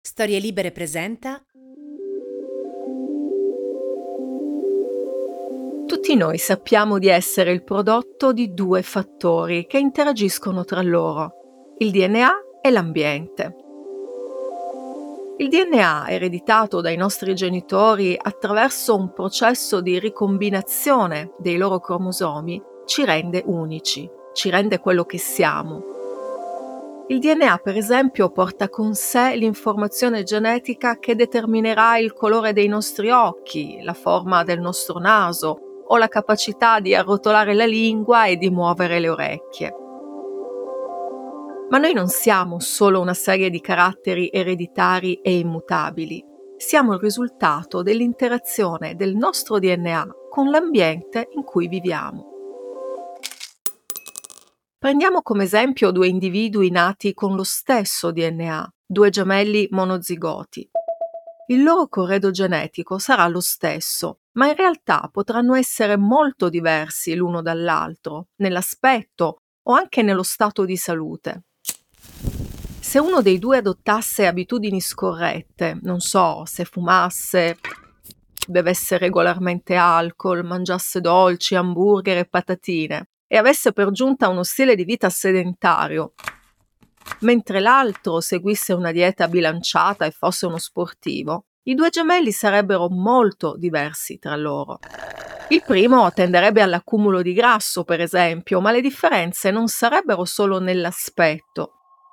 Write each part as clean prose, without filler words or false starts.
Storie Libere presenta. Tutti noi sappiamo di essere il prodotto di due fattori che interagiscono tra loro, il DNA e l'ambiente. Il DNA, ereditato dai nostri genitori attraverso un processo di ricombinazione dei loro cromosomi, ci rende unici, ci rende quello che siamo. Il DNA, per esempio, porta con sé l'informazione genetica che determinerà il colore dei nostri occhi, la forma del nostro naso o la capacità di arrotolare la lingua e di muovere le orecchie. Ma noi non siamo solo una serie di caratteri ereditari e immutabili. Siamo il risultato dell'interazione del nostro DNA con l'ambiente in cui viviamo. Prendiamo come esempio due individui nati con lo stesso DNA, due gemelli monozigoti. Il loro corredo genetico sarà lo stesso, ma in realtà potranno essere molto diversi l'uno dall'altro, nell'aspetto o anche nello stato di salute. Se uno dei due adottasse abitudini scorrette, non so, se fumasse, bevesse regolarmente alcol, mangiasse dolci, hamburger e patatine, e avesse per giunta uno stile di vita sedentario, mentre l'altro seguisse una dieta bilanciata e fosse uno sportivo, i due gemelli sarebbero molto diversi tra loro. Il primo tenderebbe all'accumulo di grasso, per esempio, ma le differenze non sarebbero solo nell'aspetto.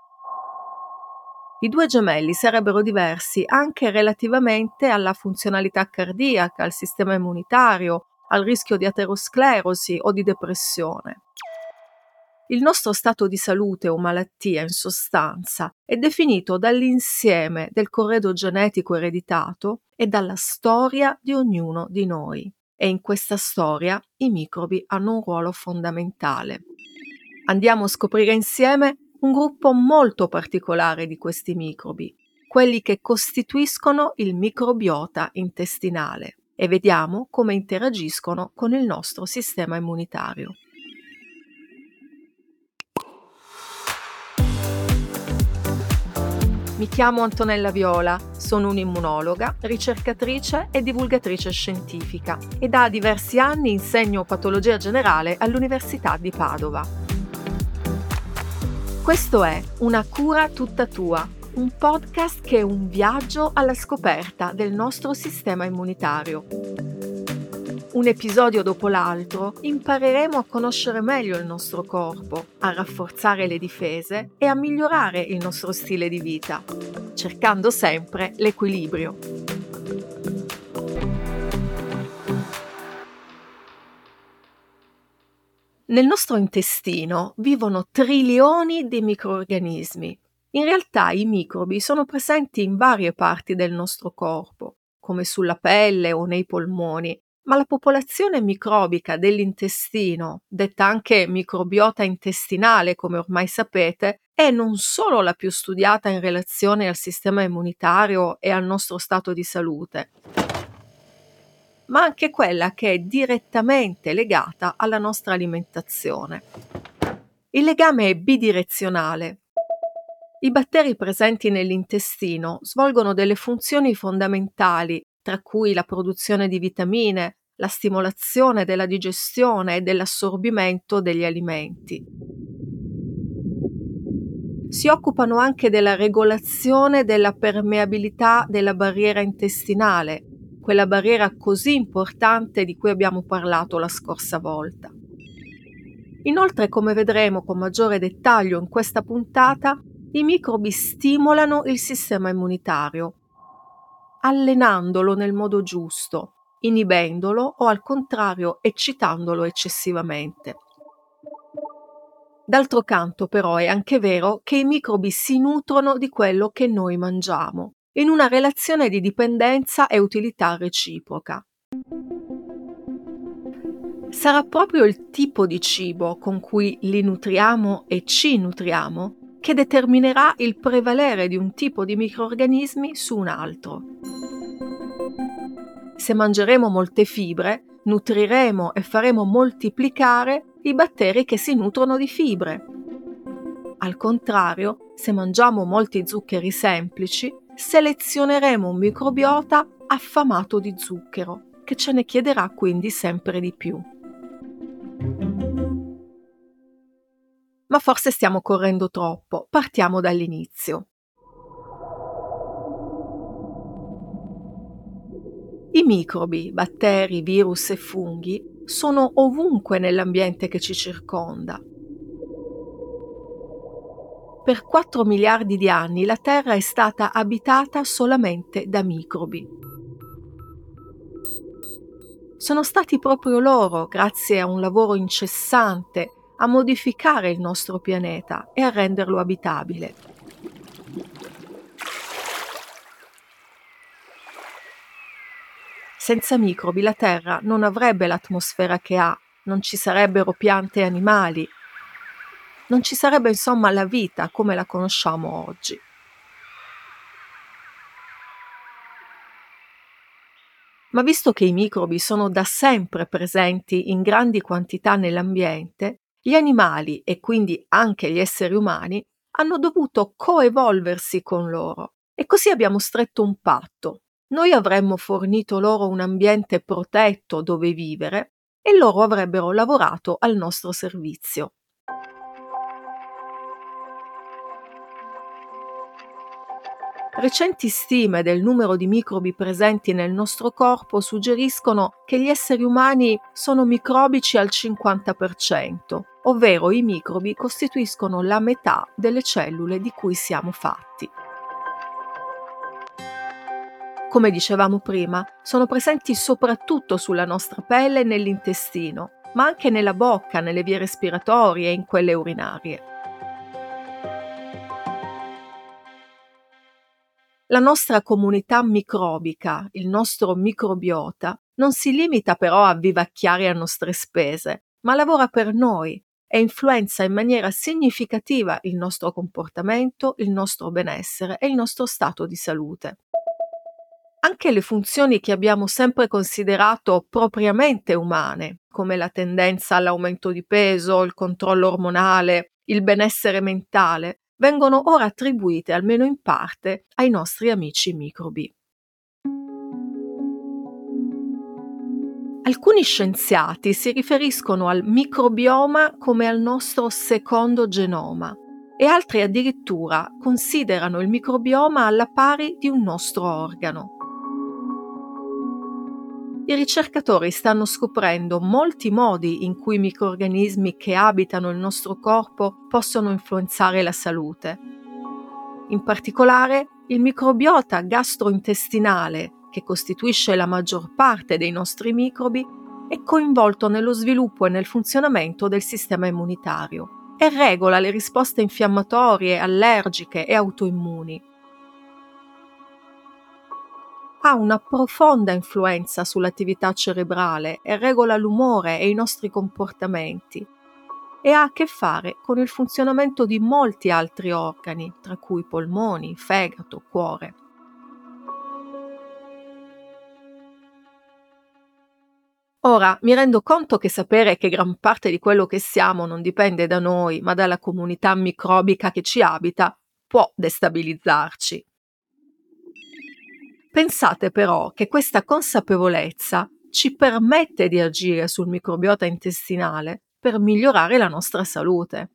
I due gemelli sarebbero diversi anche relativamente alla funzionalità cardiaca, al sistema immunitario, al rischio di aterosclerosi o di depressione. Il nostro stato di salute o malattia, in sostanza, è definito dall'insieme del corredo genetico ereditato e dalla storia di ognuno di noi. E in questa storia i microbi hanno un ruolo fondamentale. Andiamo a scoprire insieme un gruppo molto particolare di questi microbi, quelli che costituiscono il microbiota intestinale, e vediamo come interagiscono con il nostro sistema immunitario. Mi chiamo Antonella Viola, sono un'immunologa, ricercatrice e divulgatrice scientifica e da diversi anni insegno patologia generale all'Università di Padova. Questo è Una cura tutta tua, un podcast che è un viaggio alla scoperta del nostro sistema immunitario. Un episodio dopo l'altro impareremo a conoscere meglio il nostro corpo, a rafforzare le difese e a migliorare il nostro stile di vita, cercando sempre l'equilibrio. Nel nostro intestino vivono trilioni di microrganismi. In realtà i microbi sono presenti in varie parti del nostro corpo, come sulla pelle o nei polmoni, ma la popolazione microbica dell'intestino, detta anche microbiota intestinale come ormai sapete, è non solo la più studiata in relazione al sistema immunitario e al nostro stato di salute, ma anche quella che è direttamente legata alla nostra alimentazione. Il legame è bidirezionale. I batteri presenti nell'intestino svolgono delle funzioni fondamentali, tra cui la produzione di vitamine, la stimolazione della digestione e dell'assorbimento degli alimenti. Si occupano anche della regolazione della permeabilità della barriera intestinale, quella barriera così importante di cui abbiamo parlato la scorsa volta. Inoltre, come vedremo con maggiore dettaglio in questa puntata, i microbi stimolano il sistema immunitario, allenandolo nel modo giusto, inibendolo o al contrario eccitandolo eccessivamente. D'altro canto, però, è anche vero che i microbi si nutrono di quello che noi mangiamo, in una relazione di dipendenza e utilità reciproca. Sarà proprio il tipo di cibo con cui li nutriamo e ci nutriamo che determinerà il prevalere di un tipo di microrganismi su un altro. Se mangeremo molte fibre, nutriremo e faremo moltiplicare i batteri che si nutrono di fibre. Al contrario, se mangiamo molti zuccheri semplici, selezioneremo un microbiota affamato di zucchero, che ce ne chiederà quindi sempre di più. Ma forse stiamo correndo troppo, partiamo dall'inizio. I microbi, batteri, virus e funghi sono ovunque nell'ambiente che ci circonda. Per 4 miliardi di anni la Terra è stata abitata solamente da microbi. Sono stati proprio loro, grazie a un lavoro incessante, a modificare il nostro pianeta e a renderlo abitabile. Senza microbi la Terra non avrebbe l'atmosfera che ha, non ci sarebbero piante e animali, non ci sarebbe insomma la vita come la conosciamo oggi. Ma visto che i microbi sono da sempre presenti in grandi quantità nell'ambiente, gli animali e quindi anche gli esseri umani hanno dovuto coevolversi con loro e così abbiamo stretto un patto. Noi avremmo fornito loro un ambiente protetto dove vivere e loro avrebbero lavorato al nostro servizio. Recenti stime del numero di microbi presenti nel nostro corpo suggeriscono che gli esseri umani sono microbici al 50%, ovvero i microbi costituiscono la metà delle cellule di cui siamo fatti. Come dicevamo prima, sono presenti soprattutto sulla nostra pelle e nell'intestino, ma anche nella bocca, nelle vie respiratorie e in quelle urinarie. La nostra comunità microbica, il nostro microbiota, non si limita però a vivacchiare a nostre spese, ma lavora per noi e influenza in maniera significativa il nostro comportamento, il nostro benessere e il nostro stato di salute. Anche le funzioni che abbiamo sempre considerato propriamente umane, come la tendenza all'aumento di peso, il controllo ormonale, il benessere mentale, vengono ora attribuite, almeno in parte, ai nostri amici microbi. Alcuni scienziati si riferiscono al microbioma come al nostro secondo genoma e altri addirittura considerano il microbioma alla pari di un nostro organo. I ricercatori stanno scoprendo molti modi in cui i microrganismi che abitano il nostro corpo possono influenzare la salute. In particolare, il microbiota gastrointestinale, che costituisce la maggior parte dei nostri microbi, è coinvolto nello sviluppo e nel funzionamento del sistema immunitario e regola le risposte infiammatorie, allergiche e autoimmuni. Ha una profonda influenza sull'attività cerebrale e regola l'umore e i nostri comportamenti e ha a che fare con il funzionamento di molti altri organi, tra cui polmoni, fegato, cuore. Ora, mi rendo conto che sapere che gran parte di quello che siamo non dipende da noi, ma dalla comunità microbica che ci abita, può destabilizzarci. Pensate però che questa consapevolezza ci permette di agire sul microbiota intestinale per migliorare la nostra salute.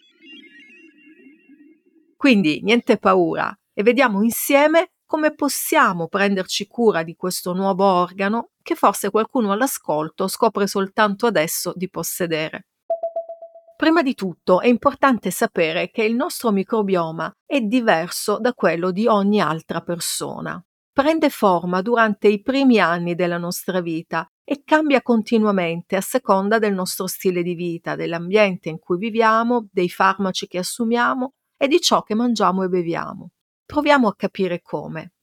Quindi niente paura e vediamo insieme come possiamo prenderci cura di questo nuovo organo che forse qualcuno all'ascolto scopre soltanto adesso di possedere. Prima di tutto è importante sapere che il nostro microbioma è diverso da quello di ogni altra persona. Prende forma durante i primi anni della nostra vita e cambia continuamente a seconda del nostro stile di vita, dell'ambiente in cui viviamo, dei farmaci che assumiamo e di ciò che mangiamo e beviamo. Proviamo a capire come.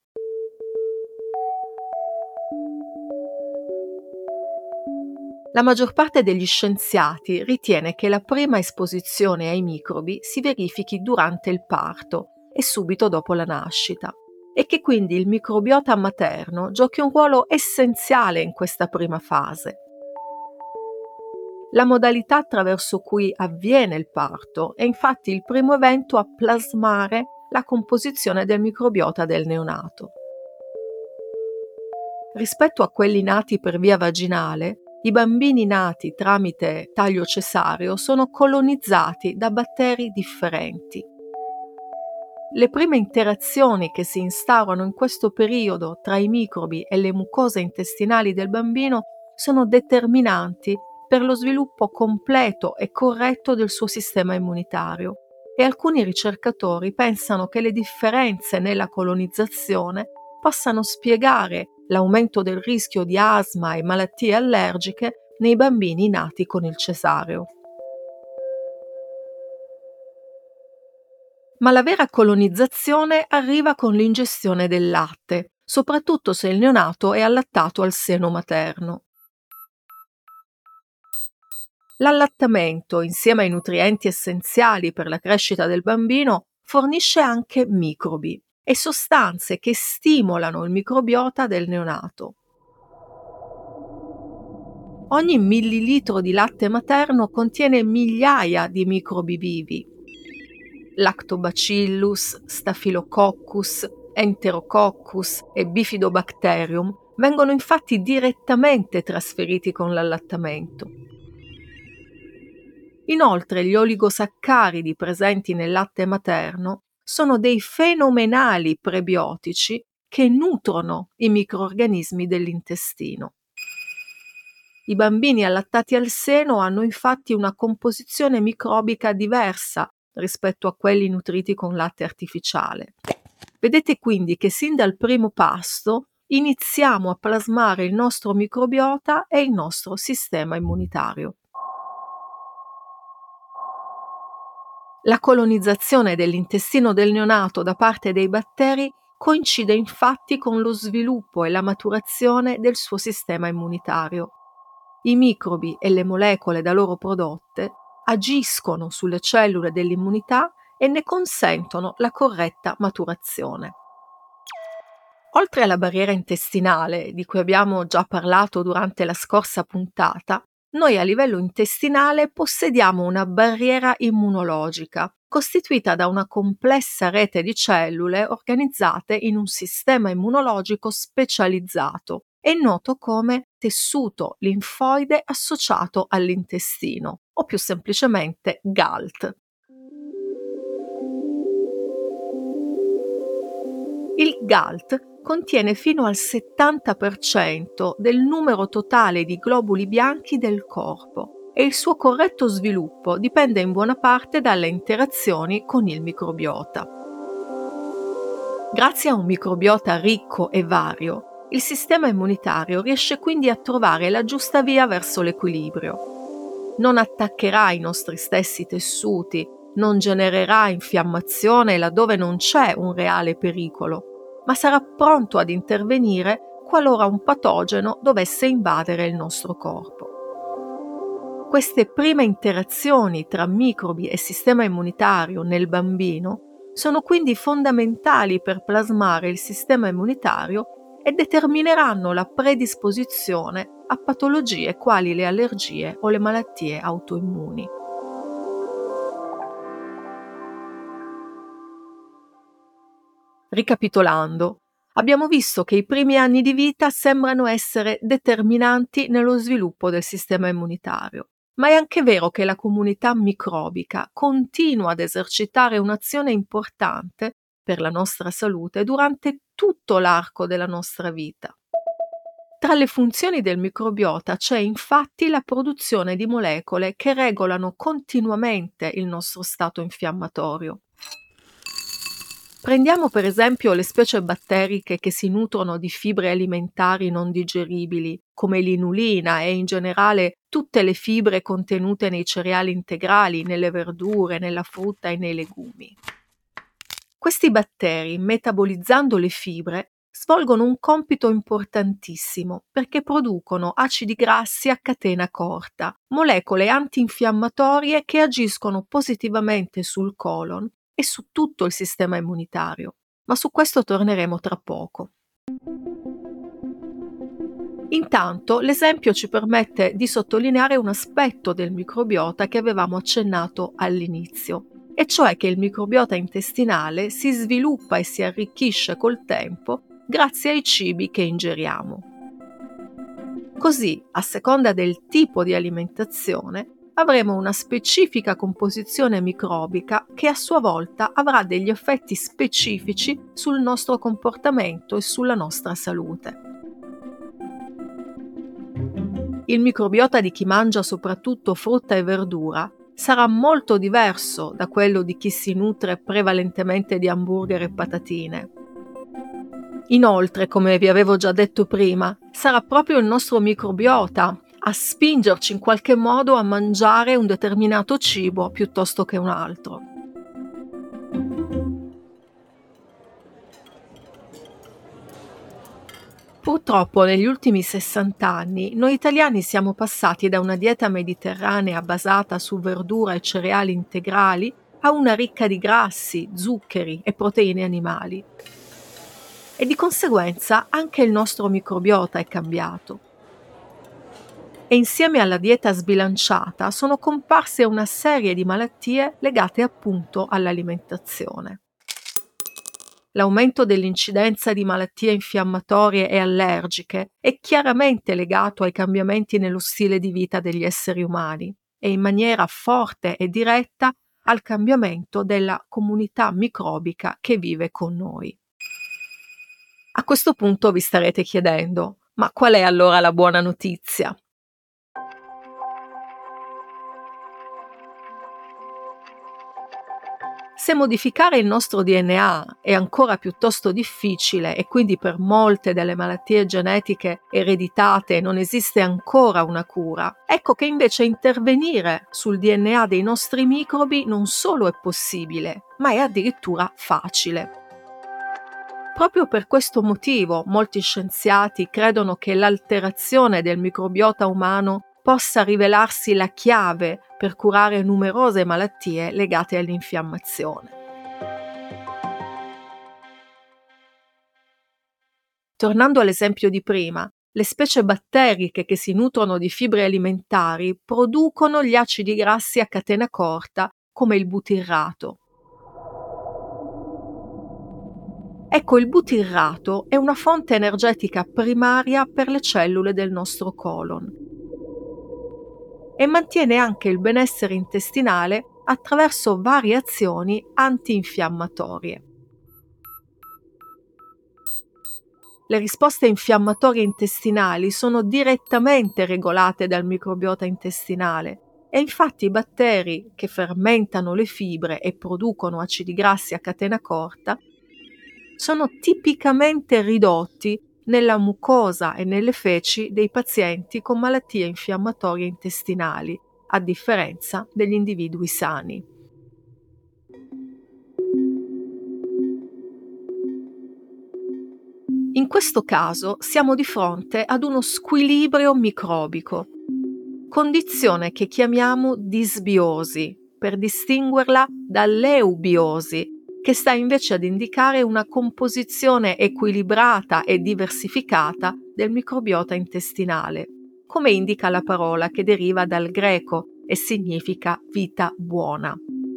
La maggior parte degli scienziati ritiene che la prima esposizione ai microbi si verifichi durante il parto e subito dopo la nascita, e che quindi il microbiota materno giochi un ruolo essenziale in questa prima fase. La modalità attraverso cui avviene il parto è infatti il primo evento a plasmare la composizione del microbiota del neonato. Rispetto a quelli nati per via vaginale, i bambini nati tramite taglio cesareo sono colonizzati da batteri differenti. Le prime interazioni che si instaurano in questo periodo tra i microbi e le mucose intestinali del bambino sono determinanti per lo sviluppo completo e corretto del suo sistema immunitario, e alcuni ricercatori pensano che le differenze nella colonizzazione possano spiegare l'aumento del rischio di asma e malattie allergiche nei bambini nati con il cesareo. Ma la vera colonizzazione arriva con l'ingestione del latte, soprattutto se il neonato è allattato al seno materno. L'allattamento, insieme ai nutrienti essenziali per la crescita del bambino, fornisce anche microbi e sostanze che stimolano il microbiota del neonato. Ogni millilitro di latte materno contiene migliaia di microbi vivi. Lactobacillus, Staphylococcus, Enterococcus e Bifidobacterium vengono infatti direttamente trasferiti con l'allattamento. Inoltre gli oligosaccaridi presenti nel latte materno sono dei fenomenali prebiotici che nutrono i microrganismi dell'intestino. I bambini allattati al seno hanno infatti una composizione microbica diversa rispetto a quelli nutriti con latte artificiale. Vedete quindi che sin dal primo pasto iniziamo a plasmare il nostro microbiota e il nostro sistema immunitario. La colonizzazione dell'intestino del neonato da parte dei batteri coincide infatti con lo sviluppo e la maturazione del suo sistema immunitario. I microbi e le molecole da loro prodotte agiscono sulle cellule dell'immunità e ne consentono la corretta maturazione. Oltre alla barriera intestinale, di cui abbiamo già parlato durante la scorsa puntata, noi a livello intestinale possediamo una barriera immunologica, costituita da una complessa rete di cellule organizzate in un sistema immunologico specializzato e noto come tessuto linfoide associato all'intestino, o più semplicemente GALT. Il GALT contiene fino al 70% del numero totale di globuli bianchi del corpo e il suo corretto sviluppo dipende in buona parte dalle interazioni con il microbiota. Grazie a un microbiota ricco e vario, il sistema immunitario riesce quindi a trovare la giusta via verso l'equilibrio. Non attaccherà i nostri stessi tessuti, non genererà infiammazione laddove non c'è un reale pericolo, ma sarà pronto ad intervenire qualora un patogeno dovesse invadere il nostro corpo. Queste prime interazioni tra microbi e sistema immunitario nel bambino sono quindi fondamentali per plasmare il sistema immunitario e determineranno la predisposizione a patologie quali le allergie o le malattie autoimmuni. Ricapitolando, abbiamo visto che i primi anni di vita sembrano essere determinanti nello sviluppo del sistema immunitario, ma è anche vero che la comunità microbica continua ad esercitare un'azione importante per la nostra salute durante tutto l'arco della nostra vita. Tra le funzioni del microbiota c'è infatti la produzione di molecole che regolano continuamente il nostro stato infiammatorio. Prendiamo per esempio le specie batteriche che si nutrono di fibre alimentari non digeribili, come l'inulina e in generale tutte le fibre contenute nei cereali integrali, nelle verdure, nella frutta e nei legumi. Questi batteri, metabolizzando le fibre, svolgono un compito importantissimo perché producono acidi grassi a catena corta, molecole antinfiammatorie che agiscono positivamente sul colon e su tutto il sistema immunitario, ma su questo torneremo tra poco. Intanto l'esempio ci permette di sottolineare un aspetto del microbiota che avevamo accennato all'inizio. e cioè che il microbiota intestinale si sviluppa e si arricchisce col tempo grazie ai cibi che ingeriamo. Così, a seconda del tipo di alimentazione, avremo una specifica composizione microbica che a sua volta avrà degli effetti specifici sul nostro comportamento e sulla nostra salute. Il microbiota di chi mangia soprattutto frutta e verdura sarà molto diverso da quello di chi si nutre prevalentemente di hamburger e patatine. Inoltre, come vi avevo già detto prima, sarà proprio il nostro microbiota a spingerci in qualche modo a mangiare un determinato cibo piuttosto che un altro. Purtroppo negli ultimi 60 anni noi italiani siamo passati da una dieta mediterranea basata su verdura e cereali integrali a una ricca di grassi, zuccheri e proteine animali. E di conseguenza anche il nostro microbiota è cambiato. E insieme alla dieta sbilanciata sono comparse una serie di malattie legate appunto all'alimentazione. L'aumento dell'incidenza di malattie infiammatorie e allergiche è chiaramente legato ai cambiamenti nello stile di vita degli esseri umani e in maniera forte e diretta al cambiamento della comunità microbica che vive con noi. A questo punto vi starete chiedendo: ma qual è allora la buona notizia? Se modificare il nostro DNA è ancora piuttosto difficile e quindi per molte delle malattie genetiche ereditate non esiste ancora una cura, ecco che invece intervenire sul DNA dei nostri microbi non solo è possibile, ma è addirittura facile. Proprio per questo motivo molti scienziati credono che l'alterazione del microbiota umano possa rivelarsi la chiave per curare numerose malattie legate all'infiammazione. Tornando all'esempio di prima, le specie batteriche che si nutrono di fibre alimentari producono gli acidi grassi a catena corta, come il butirrato. Ecco, il butirrato è una fonte energetica primaria per le cellule del nostro colon e mantiene anche il benessere intestinale attraverso varie azioni antinfiammatorie. Le risposte infiammatorie intestinali sono direttamente regolate dal microbiota intestinale e infatti i batteri che fermentano le fibre e producono acidi grassi a catena corta sono tipicamente ridotti nella mucosa e nelle feci dei pazienti con malattie infiammatorie intestinali, a differenza degli individui sani. In questo caso siamo di fronte ad uno squilibrio microbico, condizione che chiamiamo disbiosi, per distinguerla dall'eubiosi, che sta invece ad indicare una composizione equilibrata e diversificata del microbiota intestinale, come indica la parola che deriva dal greco e significa vita buona.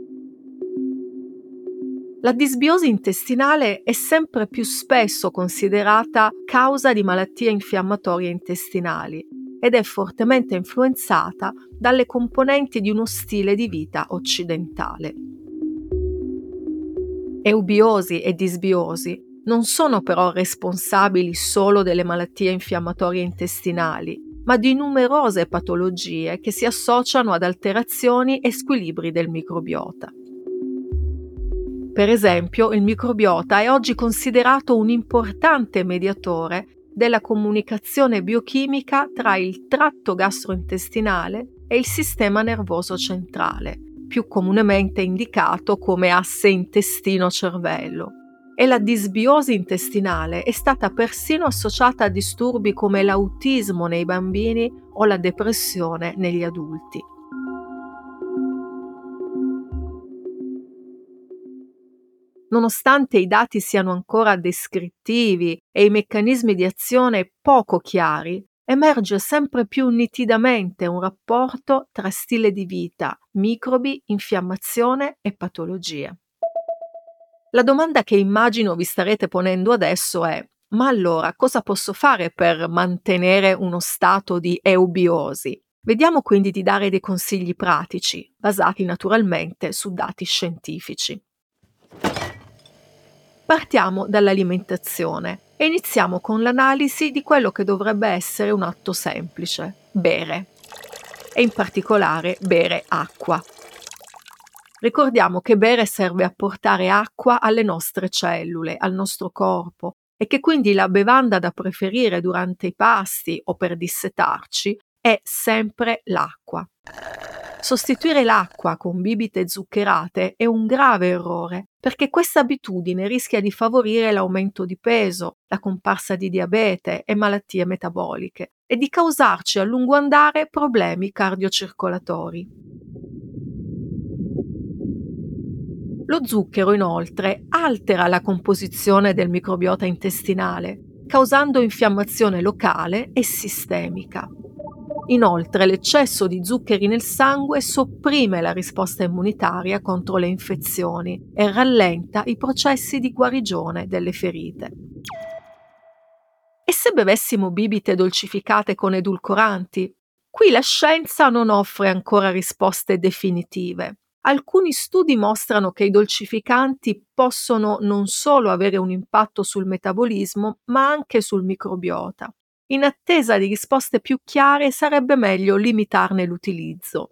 La disbiosi intestinale è sempre più spesso considerata causa di malattie infiammatorie intestinali ed è fortemente influenzata dalle componenti di uno stile di vita occidentale. Eubiosi e disbiosi non sono però responsabili solo delle malattie infiammatorie intestinali, ma di numerose patologie che si associano ad alterazioni e squilibri del microbiota. Per esempio, il microbiota è oggi considerato un importante mediatore della comunicazione biochimica tra il tratto gastrointestinale e il sistema nervoso centrale, più comunemente indicato come asse intestino-cervello. E la disbiosi intestinale è stata persino associata a disturbi come l'autismo nei bambini o la depressione negli adulti. Nonostante i dati siano ancora descrittivi e i meccanismi di azione poco chiari, emerge sempre più nitidamente un rapporto tra stile di vita, microbi, infiammazione e patologie. La domanda che immagino vi starete ponendo adesso è: ma allora cosa posso fare per mantenere uno stato di eubiosi? Vediamo quindi di dare dei consigli pratici, basati naturalmente su dati scientifici. Partiamo dall'alimentazione e iniziamo con l'analisi di quello che dovrebbe essere un atto semplice: bere, e in particolare bere acqua. Ricordiamo che bere serve a portare acqua alle nostre cellule, al nostro corpo, e che quindi la bevanda da preferire durante i pasti o per dissetarci è sempre l'acqua. Sostituire l'acqua con bibite zuccherate è un grave errore, perché questa abitudine rischia di favorire l'aumento di peso, la comparsa di diabete e malattie metaboliche e di causarci a lungo andare problemi cardiocircolatori. Lo zucchero, inoltre, altera la composizione del microbiota intestinale, causando infiammazione locale e sistemica. Inoltre, l'eccesso di zuccheri nel sangue sopprime la risposta immunitaria contro le infezioni e rallenta i processi di guarigione delle ferite. E se bevessimo bibite dolcificate con edulcoranti? Qui la scienza non offre ancora risposte definitive. Alcuni studi mostrano che i dolcificanti possono non solo avere un impatto sul metabolismo, ma anche sul microbiota. In attesa di risposte più chiare, sarebbe meglio limitarne l'utilizzo.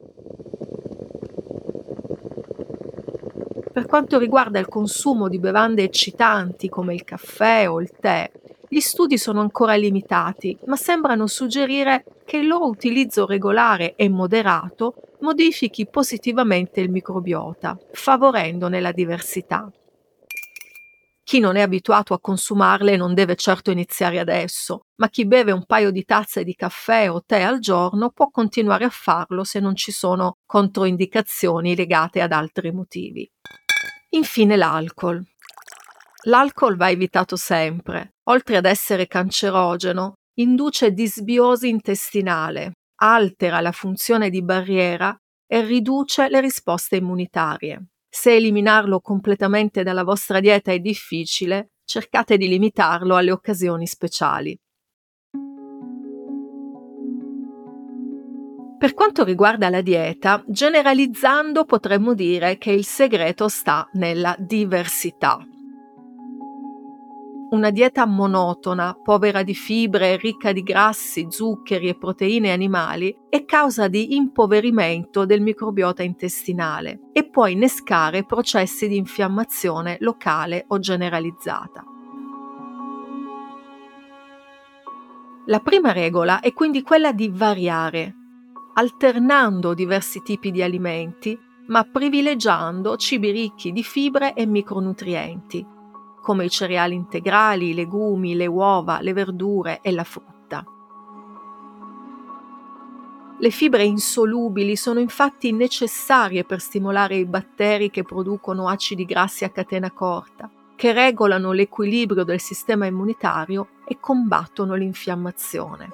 Per quanto riguarda il consumo di bevande eccitanti come il caffè o il tè, gli studi sono ancora limitati, ma sembrano suggerire che il loro utilizzo regolare e moderato modifichi positivamente il microbiota, favorendone la diversità. Chi non è abituato a consumarle non deve certo iniziare adesso, ma chi beve un paio di tazze di caffè o tè al giorno può continuare a farlo se non ci sono controindicazioni legate ad altri motivi. Infine l'alcol. L'alcol va evitato sempre. Oltre ad essere cancerogeno, induce disbiosi intestinale, altera la funzione di barriera e riduce le risposte immunitarie. Se eliminarlo completamente dalla vostra dieta è difficile, cercate di limitarlo alle occasioni speciali. Per quanto riguarda la dieta, generalizzando potremmo dire che il segreto sta nella diversità. Una dieta monotona, povera di fibre, ricca di grassi, zuccheri e proteine animali è causa di impoverimento del microbiota intestinale e può innescare processi di infiammazione locale o generalizzata. La prima regola è quindi quella di variare, alternando diversi tipi di alimenti, ma privilegiando cibi ricchi di fibre e micronutrienti, come i cereali integrali, i legumi, le uova, le verdure e la frutta. Le fibre insolubili sono infatti necessarie per stimolare i batteri che producono acidi grassi a catena corta, che regolano l'equilibrio del sistema immunitario e combattono l'infiammazione.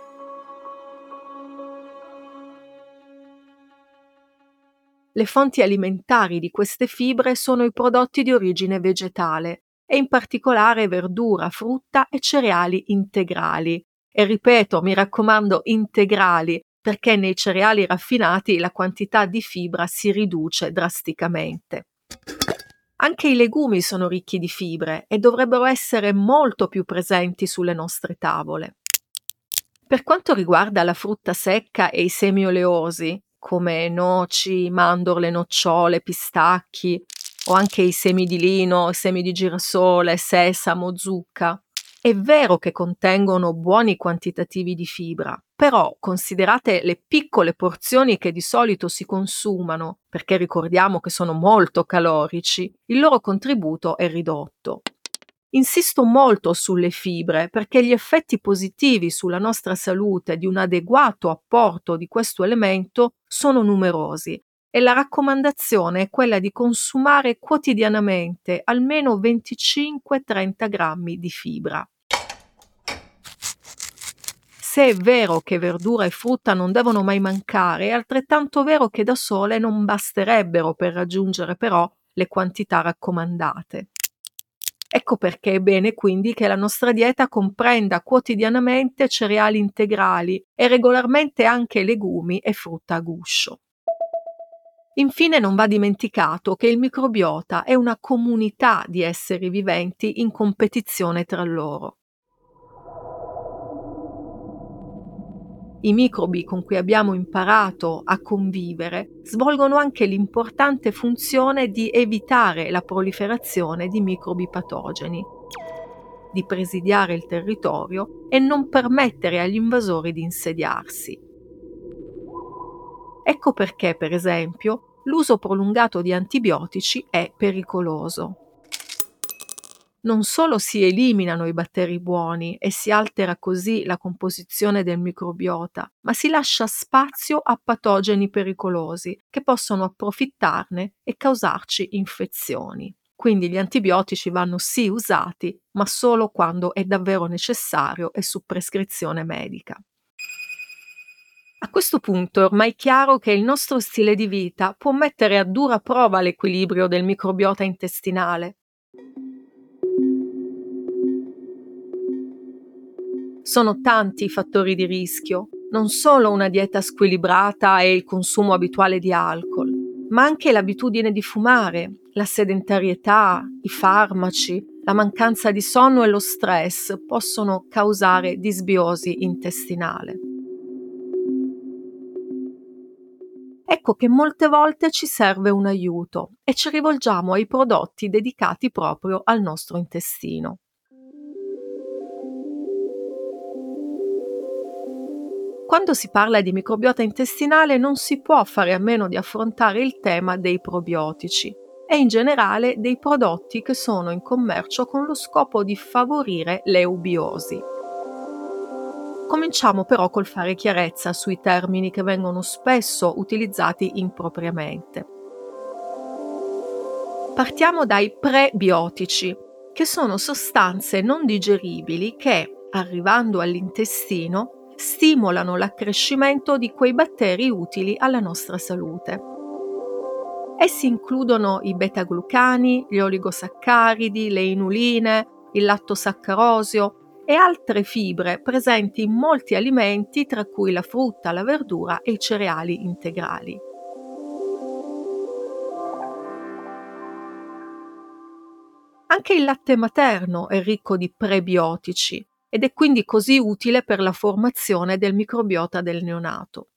Le fonti alimentari di queste fibre sono i prodotti di origine vegetale e in particolare verdura, frutta e cereali integrali. E ripeto, mi raccomando, integrali, perché nei cereali raffinati la quantità di fibra si riduce drasticamente. Anche i legumi sono ricchi di fibre e dovrebbero essere molto più presenti sulle nostre tavole. Per quanto riguarda la frutta secca e i semi oleosi, come noci, mandorle, nocciole, pistacchi o anche i semi di lino, semi di girasole, sesamo, zucca, è vero che contengono buoni quantitativi di fibra, però considerate le piccole porzioni che di solito si consumano, perché ricordiamo che sono molto calorici, il loro contributo è ridotto. Insisto molto sulle fibre perché gli effetti positivi sulla nostra salute di un adeguato apporto di questo elemento sono numerosi e la raccomandazione è quella di consumare quotidianamente almeno 25-30 grammi di fibra. Se è vero che verdura e frutta non devono mai mancare, è altrettanto vero che da sole non basterebbero per raggiungere però le quantità raccomandate. Ecco perché è bene quindi che la nostra dieta comprenda quotidianamente cereali integrali e regolarmente anche legumi e frutta a guscio. Infine non va dimenticato che il microbiota è una comunità di esseri viventi in competizione tra loro. I microbi con cui abbiamo imparato a convivere svolgono anche l'importante funzione di evitare la proliferazione di microbi patogeni, di presidiare il territorio e non permettere agli invasori di insediarsi. Ecco perché, per esempio, l'uso prolungato di antibiotici è pericoloso. Non solo si eliminano i batteri buoni e si altera così la composizione del microbiota, ma si lascia spazio a patogeni pericolosi che possono approfittarne e causarci infezioni. Quindi gli antibiotici vanno sì usati, ma solo quando è davvero necessario e su prescrizione medica. A questo punto è ormai chiaro che il nostro stile di vita può mettere a dura prova l'equilibrio del microbiota intestinale. Sono tanti i fattori di rischio, non solo una dieta squilibrata e il consumo abituale di alcol, ma anche l'abitudine di fumare, la sedentarietà, i farmaci, la mancanza di sonno e lo stress possono causare disbiosi intestinale. Ecco che molte volte ci serve un aiuto e ci rivolgiamo ai prodotti dedicati proprio al nostro intestino. Quando si parla di microbiota intestinale non si può fare a meno di affrontare il tema dei probiotici e in generale dei prodotti che sono in commercio con lo scopo di favorire l'eubiosi. Cominciamo però col fare chiarezza sui termini che vengono spesso utilizzati impropriamente. Partiamo dai prebiotici, che sono sostanze non digeribili che, arrivando all'intestino, stimolano l'accrescimento di quei batteri utili alla nostra salute. Essi includono i beta-glucani, gli oligosaccaridi, le inuline, il lattosaccarosio e altre fibre presenti in molti alimenti, tra cui la frutta, la verdura e i cereali integrali. Anche il latte materno è ricco di prebiotici ed è quindi così utile per la formazione del microbiota del neonato.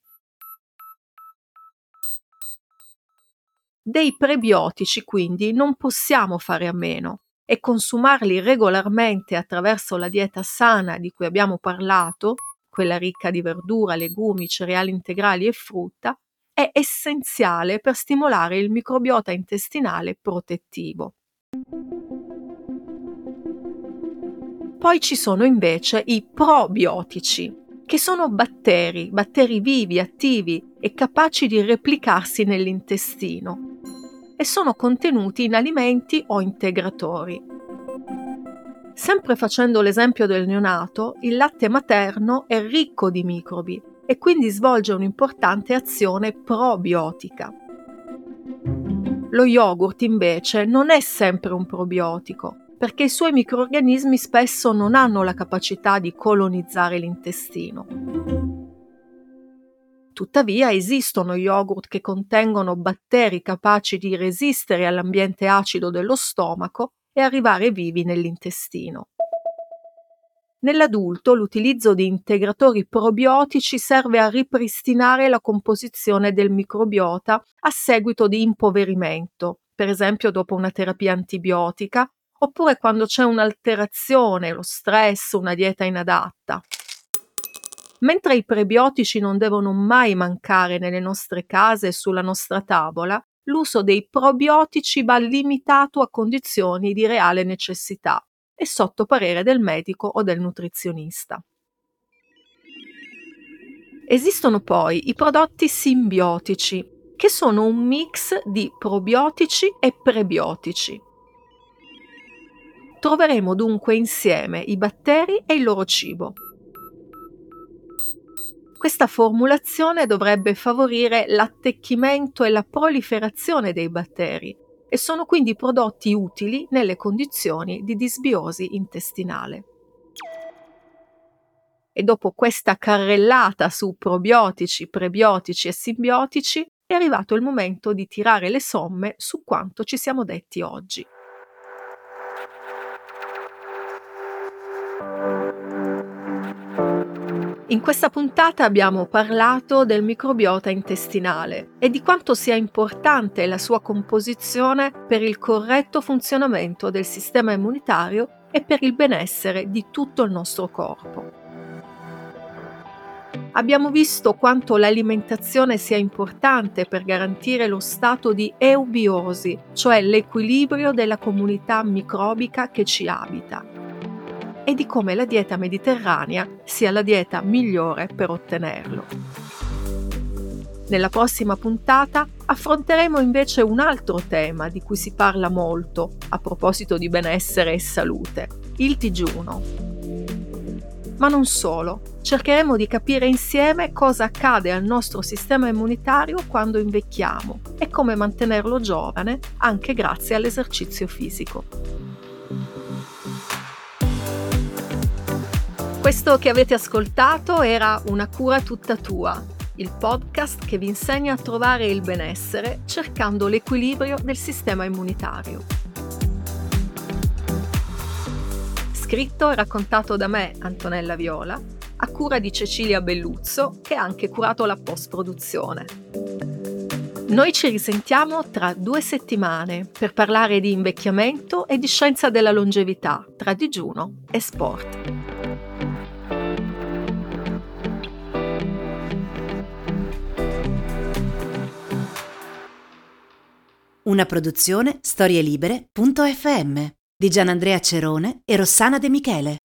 Dei prebiotici quindi non possiamo fare a meno e consumarli regolarmente attraverso la dieta sana di cui abbiamo parlato, quella ricca di verdura, legumi, cereali integrali e frutta, è essenziale per stimolare il microbiota intestinale protettivo. Poi ci sono invece i probiotici, che sono batteri vivi, attivi e capaci di replicarsi nell'intestino e sono contenuti in alimenti o integratori. Sempre facendo l'esempio del neonato, il latte materno è ricco di microbi e quindi svolge un'importante azione probiotica. Lo yogurt invece non è sempre un probiotico, perché i suoi microrganismi spesso non hanno la capacità di colonizzare l'intestino. Tuttavia esistono yogurt che contengono batteri capaci di resistere all'ambiente acido dello stomaco e arrivare vivi nell'intestino. Nell'adulto l'utilizzo di integratori probiotici serve a ripristinare la composizione del microbiota a seguito di impoverimento, per esempio dopo una terapia antibiotica, oppure quando c'è un'alterazione, lo stress, una dieta inadatta. Mentre i prebiotici non devono mai mancare nelle nostre case e sulla nostra tavola, l'uso dei probiotici va limitato a condizioni di reale necessità e sotto parere del medico o del nutrizionista. Esistono poi i prodotti simbiotici, che sono un mix di probiotici e prebiotici. Troveremo dunque insieme i batteri e il loro cibo. Questa formulazione dovrebbe favorire l'attecchimento e la proliferazione dei batteri e sono quindi prodotti utili nelle condizioni di disbiosi intestinale. E dopo questa carrellata su probiotici, prebiotici e simbiotici, è arrivato il momento di tirare le somme su quanto ci siamo detti oggi. In questa puntata abbiamo parlato del microbiota intestinale e di quanto sia importante la sua composizione per il corretto funzionamento del sistema immunitario e per il benessere di tutto il nostro corpo. Abbiamo visto quanto l'alimentazione sia importante per garantire lo stato di eubiosi, cioè l'equilibrio della comunità microbica che ci abita, e di come la dieta mediterranea sia la dieta migliore per ottenerlo. Nella prossima puntata affronteremo invece un altro tema di cui si parla molto a proposito di benessere e salute, il digiuno. Ma non solo, cercheremo di capire insieme cosa accade al nostro sistema immunitario quando invecchiamo e come mantenerlo giovane anche grazie all'esercizio fisico. Questo che avete ascoltato era Una cura tutta tua, il podcast che vi insegna a trovare il benessere cercando l'equilibrio del sistema immunitario. Scritto e raccontato da me, Antonella Viola, a cura di Cecilia Belluzzo, che ha anche curato la post-produzione. Noi ci risentiamo tra 2 settimane per parlare di invecchiamento e di scienza della longevità, tra digiuno e sport. Una produzione storielibere.fm di Gianandrea Cerone e Rossana De Michele.